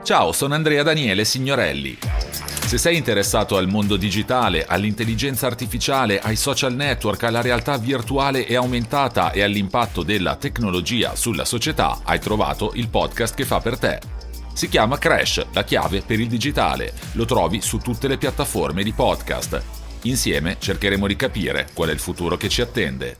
Ciao, sono Andrea Daniele Signorelli. Se sei interessato al mondo digitale, all'intelligenza artificiale, ai social network, alla realtà virtuale e aumentata e all'impatto della tecnologia sulla società, hai trovato il podcast che fa per te. Si chiama Crash, la chiave per il digitale. Lo trovi su tutte le piattaforme di podcast. Insieme cercheremo di capire qual è il futuro che ci attende.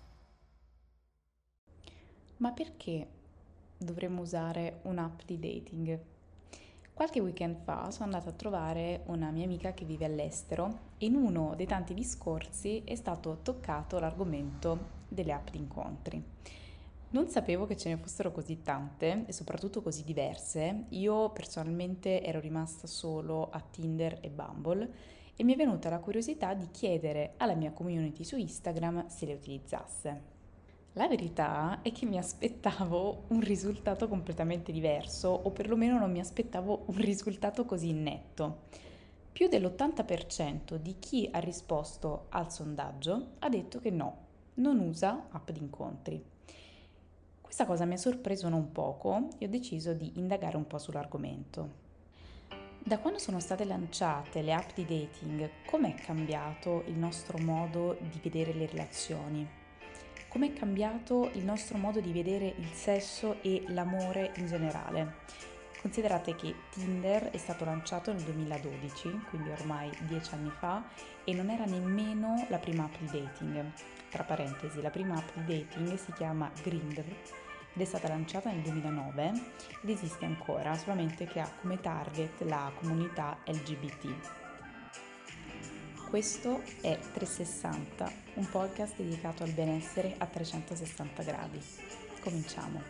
Ma perché dovremmo usare un'app di dating? Qualche weekend fa sono andata a trovare una mia amica che vive all'estero e in uno dei tanti discorsi è stato toccato l'argomento delle app di incontri. Non sapevo che ce ne fossero così tante e soprattutto così diverse. Io personalmente ero rimasta solo a Tinder e Bumble e mi è venuta la curiosità di chiedere alla mia community su Instagram se le utilizzasse. La verità è che mi aspettavo un risultato completamente diverso, o perlomeno non mi aspettavo un risultato così netto. Più dell'80% di chi ha risposto al sondaggio ha detto che no, non usa app di incontri. Questa cosa mi ha sorpreso non poco e ho deciso di indagare un po' sull'argomento. Da quando sono state lanciate le app di dating, com'è cambiato il nostro modo di vedere le relazioni? Com'è cambiato il nostro modo di vedere il sesso e l'amore in generale? Considerate che Tinder è stato lanciato nel 2012, quindi ormai 10 anni fa, e non era nemmeno la prima app di dating. Tra parentesi, la prima app di dating si chiama Grindr ed è stata lanciata nel 2009 ed esiste ancora, solamente che ha come target la comunità LGBT. Questo è 360, un podcast dedicato al benessere a 360 gradi. Cominciamo.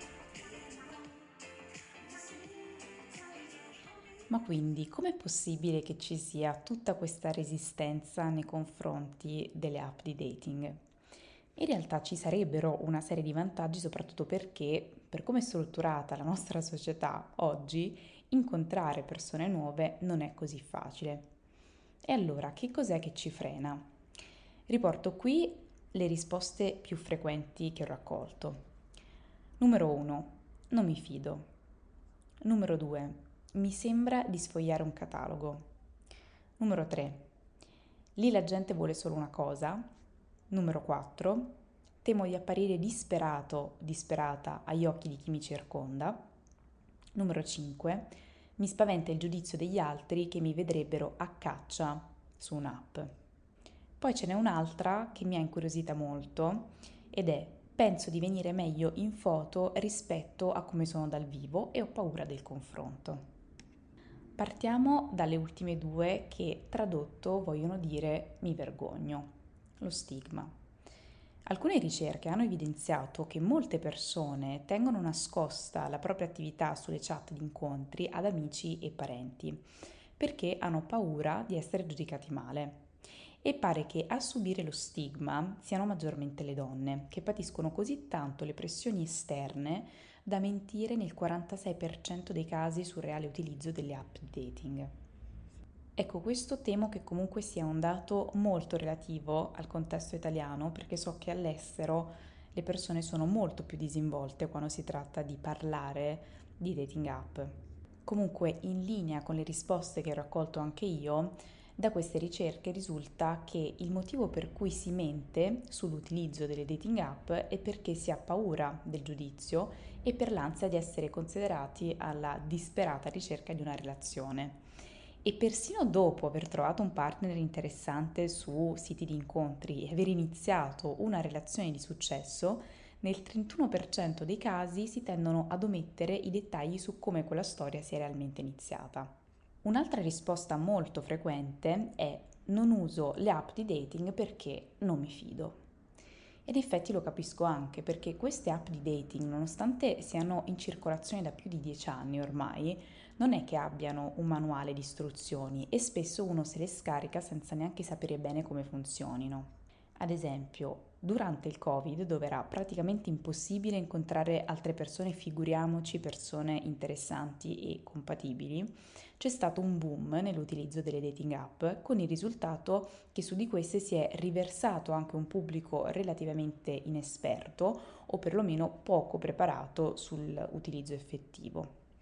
Ma quindi, com'è possibile che ci sia tutta questa resistenza nei confronti delle app di dating? In realtà ci sarebbero una serie di vantaggi, soprattutto perché, per come è strutturata la nostra società oggi, incontrare persone nuove non è così facile. E allora, che cos'è che ci frena? Riporto qui le risposte più frequenti che ho raccolto. Numero 1. Non mi fido. Numero 2. Mi sembra di sfogliare un catalogo. Numero 3. Lì la gente vuole solo una cosa. Numero 4. Temo di apparire disperato, disperata agli occhi di chi mi circonda. Numero 5. Mi spaventa il giudizio degli altri che mi vedrebbero a caccia su un'app. Poi ce n'è un'altra che mi ha incuriosita molto ed è: penso di venire meglio in foto rispetto a come sono dal vivo e ho paura del confronto. Partiamo dalle ultime due che tradotto vogliono dire mi vergogno, lo stigma. Alcune ricerche hanno evidenziato che molte persone tengono nascosta la propria attività sulle chat di incontri ad amici e parenti perché hanno paura di essere giudicati male. E pare che a subire lo stigma siano maggiormente le donne, che patiscono così tanto le pressioni esterne da mentire nel 46% dei casi sul reale utilizzo delle app di dating. Ecco, questo temo che comunque sia un dato molto relativo al contesto italiano, perché so che all'estero le persone sono molto più disinvolte quando si tratta di parlare di dating app. Comunque, in linea con le risposte che ho raccolto anche io, da queste ricerche risulta che il motivo per cui si mente sull'utilizzo delle dating app è perché si ha paura del giudizio e per l'ansia di essere considerati alla disperata ricerca di una relazione. E persino dopo aver trovato un partner interessante su siti di incontri e aver iniziato una relazione di successo, nel 31% dei casi si tendono ad omettere i dettagli su come quella storia sia realmente iniziata. Un'altra risposta molto frequente è: non uso le app di dating perché non mi fido. Ed in effetti lo capisco anche perché queste app di dating, nonostante siano in circolazione da più di 10 anni ormai, non è che abbiano un manuale di istruzioni e spesso uno se le scarica senza neanche sapere bene come funzionino. Ad esempio, durante il Covid, dove era praticamente impossibile incontrare altre persone, figuriamoci persone interessanti e compatibili, c'è stato un boom nell'utilizzo delle dating app, con il risultato che su di queste si è riversato anche un pubblico relativamente inesperto o perlomeno poco preparato sull'utilizzo effettivo.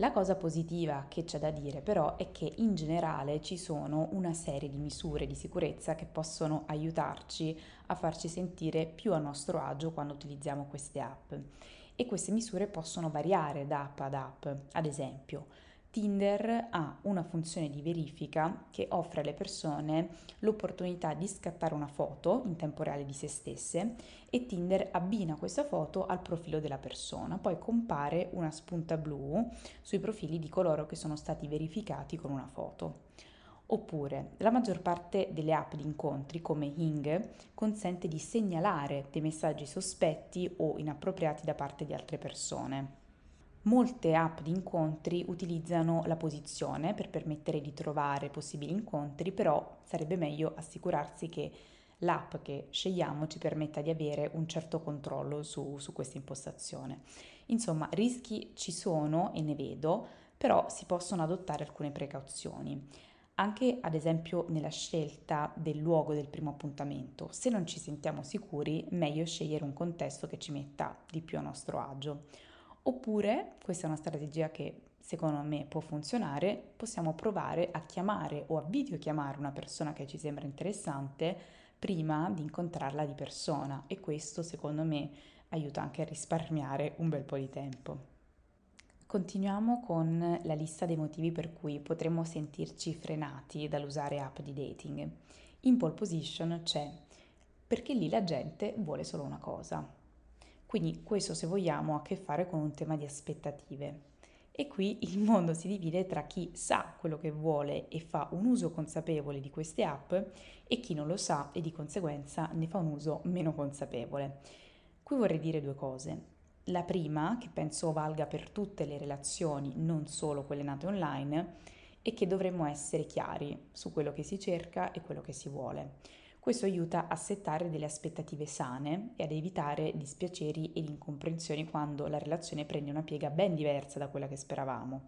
La cosa positiva che c'è da dire però è che in generale ci sono una serie di misure di sicurezza che possono aiutarci a farci sentire più a nostro agio quando utilizziamo queste app e queste misure possono variare da app ad app. Ad esempio, Tinder ha una funzione di verifica che offre alle persone l'opportunità di scattare una foto in tempo reale di se stesse e Tinder abbina questa foto al profilo della persona. Poi compare una spunta blu sui profili di coloro che sono stati verificati con una foto. Oppure la maggior parte delle app di incontri come Hing consente di segnalare dei messaggi sospetti o inappropriati da parte di altre persone. Molte app di incontri utilizzano la posizione per permettere di trovare possibili incontri, però sarebbe meglio assicurarsi che l'app che scegliamo ci permetta di avere un certo controllo su questa impostazione. Insomma, rischi ci sono e ne vedo, però si possono adottare alcune precauzioni. Anche ad esempio nella scelta del luogo del primo appuntamento. Se non ci sentiamo sicuri, meglio scegliere un contesto che ci metta di più a nostro agio. Oppure, questa è una strategia che secondo me può funzionare, possiamo provare a chiamare o a videochiamare una persona che ci sembra interessante prima di incontrarla di persona e questo secondo me aiuta anche a risparmiare un bel po' di tempo. Continuiamo con la lista dei motivi per cui potremmo sentirci frenati dall'usare app di dating. In pole position c'è perché lì la gente vuole solo una cosa. Quindi questo, se vogliamo, ha a che fare con un tema di aspettative. E qui il mondo si divide tra chi sa quello che vuole e fa un uso consapevole di queste app e chi non lo sa e di conseguenza ne fa un uso meno consapevole. Qui vorrei dire due cose. La prima, che penso valga per tutte le relazioni, non solo quelle nate online, è che dovremmo essere chiari su quello che si cerca e quello che si vuole. Questo aiuta a settare delle aspettative sane e ad evitare dispiaceri ed incomprensioni quando la relazione prende una piega ben diversa da quella che speravamo.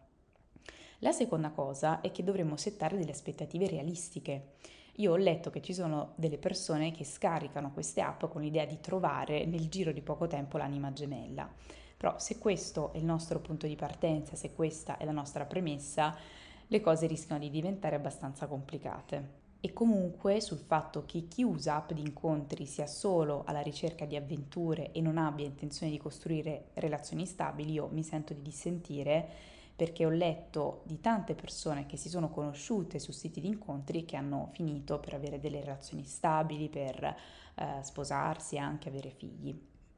La seconda cosa è che dovremmo settare delle aspettative realistiche. Io ho letto che ci sono delle persone che scaricano queste app con l'idea di trovare nel giro di poco tempo l'anima gemella. Però se questo è il nostro punto di partenza, se questa è la nostra premessa, le cose rischiano di diventare abbastanza complicate. E comunque sul fatto che chi usa app di incontri sia solo alla ricerca di avventure e non abbia intenzione di costruire relazioni stabili, io mi sento di dissentire perché ho letto di tante persone che si sono conosciute su siti di incontri e che hanno finito per avere delle relazioni stabili, per sposarsi e anche avere figli.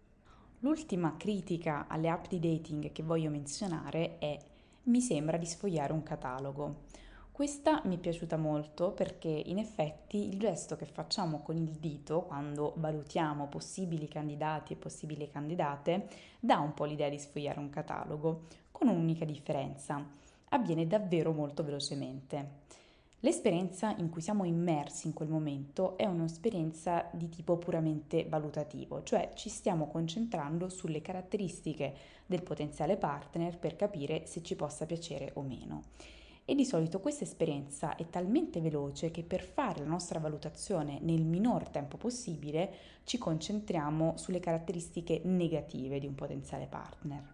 L'ultima critica alle app di dating che voglio menzionare è: mi sembra di sfogliare un catalogo. Questa mi è piaciuta molto perché in effetti il gesto che facciamo con il dito quando valutiamo possibili candidati e possibili candidate dà un po' l'idea di sfogliare un catalogo, con un'unica differenza: avviene davvero molto velocemente. L'esperienza in cui siamo immersi in quel momento è un'esperienza di tipo puramente valutativo, cioè ci stiamo concentrando sulle caratteristiche del potenziale partner per capire se ci possa piacere o meno. E di solito questa esperienza è talmente veloce che per fare la nostra valutazione nel minor tempo possibile ci concentriamo sulle caratteristiche negative di un potenziale partner.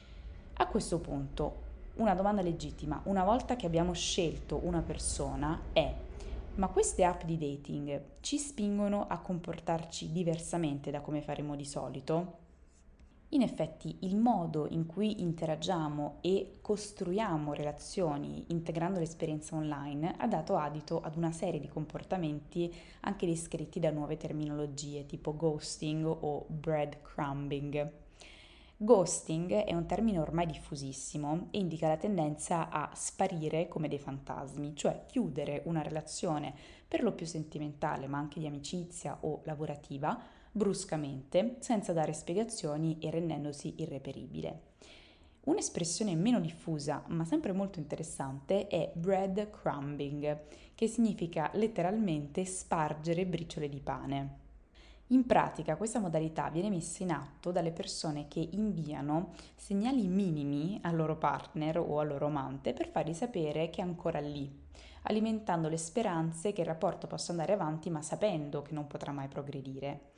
A questo punto, una domanda legittima, una volta che abbiamo scelto una persona, è: ma queste app di dating ci spingono a comportarci diversamente da come faremo di solito? In effetti il modo in cui interagiamo e costruiamo relazioni integrando l'esperienza online ha dato adito ad una serie di comportamenti anche descritti da nuove terminologie tipo ghosting o breadcrumbing. Ghosting è un termine ormai diffusissimo e indica la tendenza a sparire come dei fantasmi, cioè chiudere una relazione per lo più sentimentale ma anche di amicizia o lavorativa bruscamente, senza dare spiegazioni e rendendosi irreperibile. Un'espressione meno diffusa, ma sempre molto interessante, è breadcrumbing, che significa letteralmente spargere briciole di pane. In pratica questa modalità viene messa in atto dalle persone che inviano segnali minimi al loro partner o al loro amante per fargli sapere che è ancora lì, alimentando le speranze che il rapporto possa andare avanti ma sapendo che non potrà mai progredire.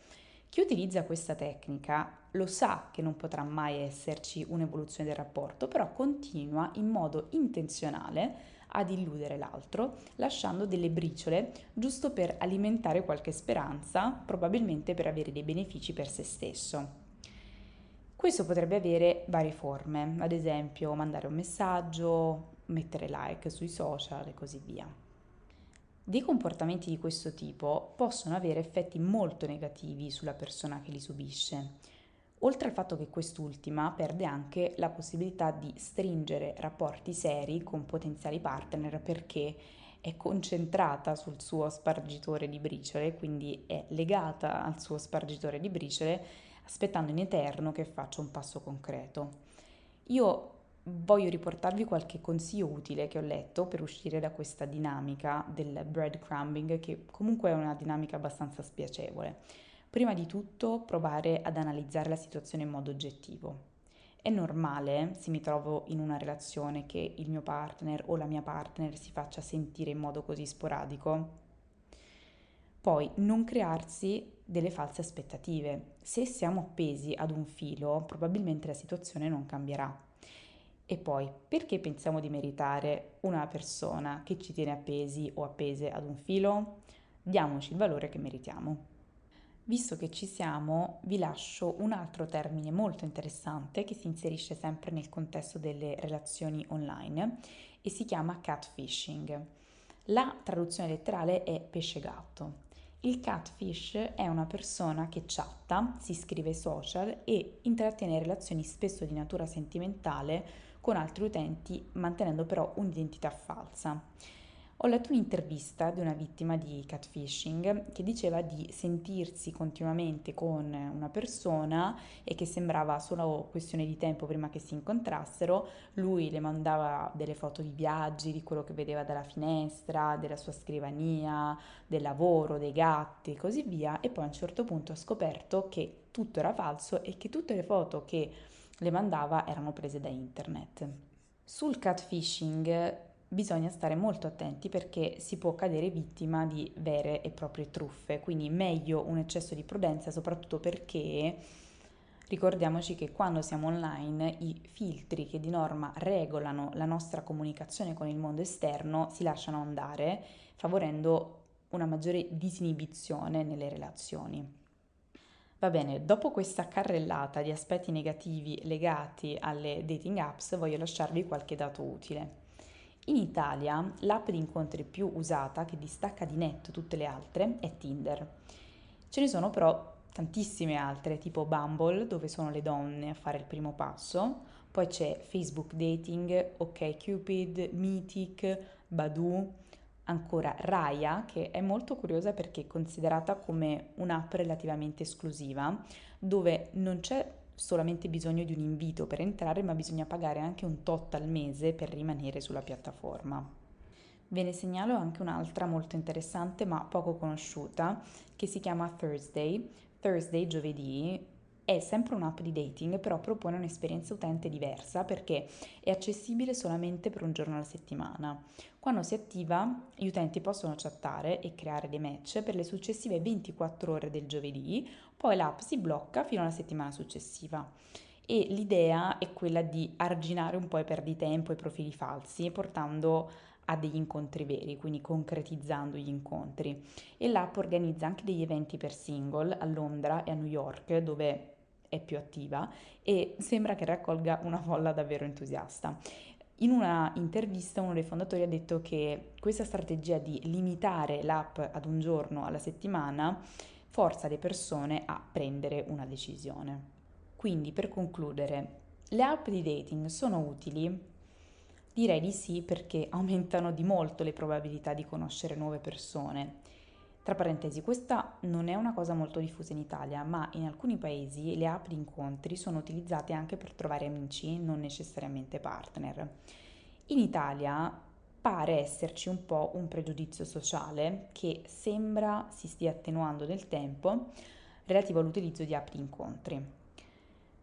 Chi utilizza questa tecnica lo sa che non potrà mai esserci un'evoluzione del rapporto, però continua in modo intenzionale ad illudere l'altro, lasciando delle briciole giusto per alimentare qualche speranza, probabilmente per avere dei benefici per se stesso. Questo potrebbe avere varie forme, ad esempio mandare un messaggio, mettere like sui social e così via. Dei comportamenti di questo tipo possono avere effetti molto negativi sulla persona che li subisce, oltre al fatto che quest'ultima perde anche la possibilità di stringere rapporti seri con potenziali partner perché è concentrata sul suo spargitore di briciole, quindi è legata al suo spargitore di briciole, aspettando in eterno che faccia un passo concreto. Io voglio riportarvi qualche consiglio utile che ho letto per uscire da questa dinamica del breadcrumbing, che comunque è una dinamica abbastanza spiacevole. Prima di tutto, provare ad analizzare la situazione in modo oggettivo. È normale, se mi trovo in una relazione, che il mio partner o la mia partner si faccia sentire in modo così sporadico? Poi, non crearsi delle false aspettative. Se siamo appesi ad un filo, probabilmente la situazione non cambierà. E poi, perché pensiamo di meritare una persona che ci tiene appesi o appese ad un filo? Diamoci il valore che meritiamo. Visto che ci siamo, vi lascio un altro termine molto interessante che si inserisce sempre nel contesto delle relazioni online e si chiama catfishing. La traduzione letterale è pesce gatto. Il catfish è una persona che chatta, si iscrive ai social e intrattiene relazioni spesso di natura sentimentale con altri utenti, mantenendo però un'identità falsa. Ho letto un'intervista di una vittima di catfishing che diceva di sentirsi continuamente con una persona e che sembrava solo questione di tempo prima che si incontrassero. Lui le mandava delle foto di viaggi, di quello che vedeva dalla finestra, della sua scrivania, del lavoro, dei gatti e così via, e poi a un certo punto ha scoperto che tutto era falso e che tutte le foto che le mandava erano prese da internet. Sul catfishing bisogna stare molto attenti perché si può cadere vittima di vere e proprie truffe, quindi meglio un eccesso di prudenza, soprattutto perché ricordiamoci che quando siamo online i filtri che di norma regolano la nostra comunicazione con il mondo esterno si lasciano andare, favorendo una maggiore disinibizione nelle relazioni. Va bene, dopo questa carrellata di aspetti negativi legati alle dating apps, voglio lasciarvi qualche dato utile. In Italia l'app di incontri più usata, che distacca di netto tutte le altre, è Tinder. Ce ne sono però tantissime altre, tipo Bumble, dove sono le donne a fare il primo passo, poi c'è Facebook Dating, OkCupid, Meetic, Badoo, ancora Raya, che è molto curiosa perché è considerata come un'app relativamente esclusiva, dove non c'è solamente bisogno di un invito per entrare, ma bisogna pagare anche un tot al mese per rimanere sulla piattaforma. Ve ne segnalo anche un'altra molto interessante ma poco conosciuta che si chiama Thursday. Thursday, giovedì, è sempre un'app di dating, però propone un'esperienza utente diversa perché è accessibile solamente per un giorno alla settimana. Quando si attiva, gli utenti possono chattare e creare dei match per le successive 24 ore del giovedì, poi l'app si blocca fino alla settimana successiva. E l'idea è quella di arginare un po' i perditempo e i profili falsi, portando a degli incontri veri, quindi concretizzando gli incontri. E l'app organizza anche degli eventi per single a Londra e a New York, dove è più attiva, e sembra che raccolga una folla davvero entusiasta. In una intervista uno dei fondatori ha detto che questa strategia di limitare l'app ad un giorno alla settimana forza le persone a prendere una decisione. Quindi, per concludere, le app di dating sono utili? Direi di sì, perché aumentano di molto le probabilità di conoscere nuove persone. Tra parentesi, questa non è una cosa molto diffusa in Italia, ma in alcuni paesi le app di incontri sono utilizzate anche per trovare amici, non necessariamente partner. In Italia pare esserci un po' un pregiudizio sociale che sembra si stia attenuando nel tempo relativo all'utilizzo di app di incontri.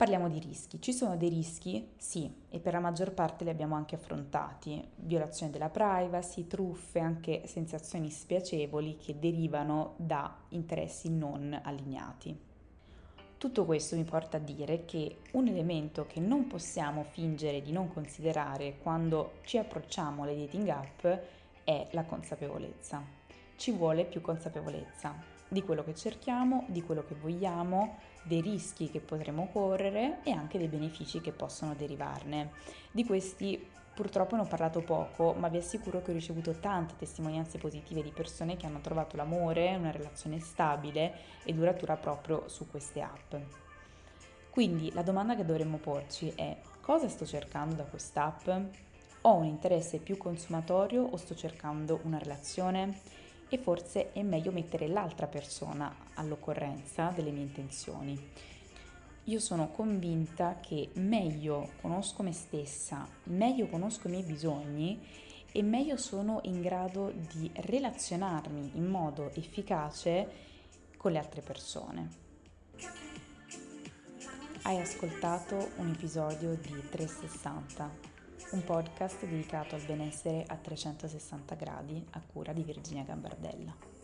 Parliamo di rischi. Ci sono dei rischi? Sì, e per la maggior parte li abbiamo anche affrontati. Violazione della privacy, truffe, anche sensazioni spiacevoli che derivano da interessi non allineati. Tutto questo mi porta a dire che un elemento che non possiamo fingere di non considerare quando ci approcciamo alle dating app è la consapevolezza. Ci vuole più consapevolezza di quello che cerchiamo, di quello che vogliamo, dei rischi che potremo correre e anche dei benefici che possono derivarne. Di questi purtroppo ne ho parlato poco, ma vi assicuro che ho ricevuto tante testimonianze positive di persone che hanno trovato l'amore, una relazione stabile e duratura proprio su queste app. Quindi la domanda che dovremmo porci è: cosa sto cercando da quest'app? Ho un interesse più consumatorio o sto cercando una relazione? E forse è meglio mettere l'altra persona all'occorrenza delle mie intenzioni. Io sono convinta che meglio conosco me stessa, meglio conosco i miei bisogni e meglio sono in grado di relazionarmi in modo efficace con le altre persone. Hai ascoltato un episodio di 360, un podcast dedicato al benessere a 360 gradi a cura di Virginia Gambardella.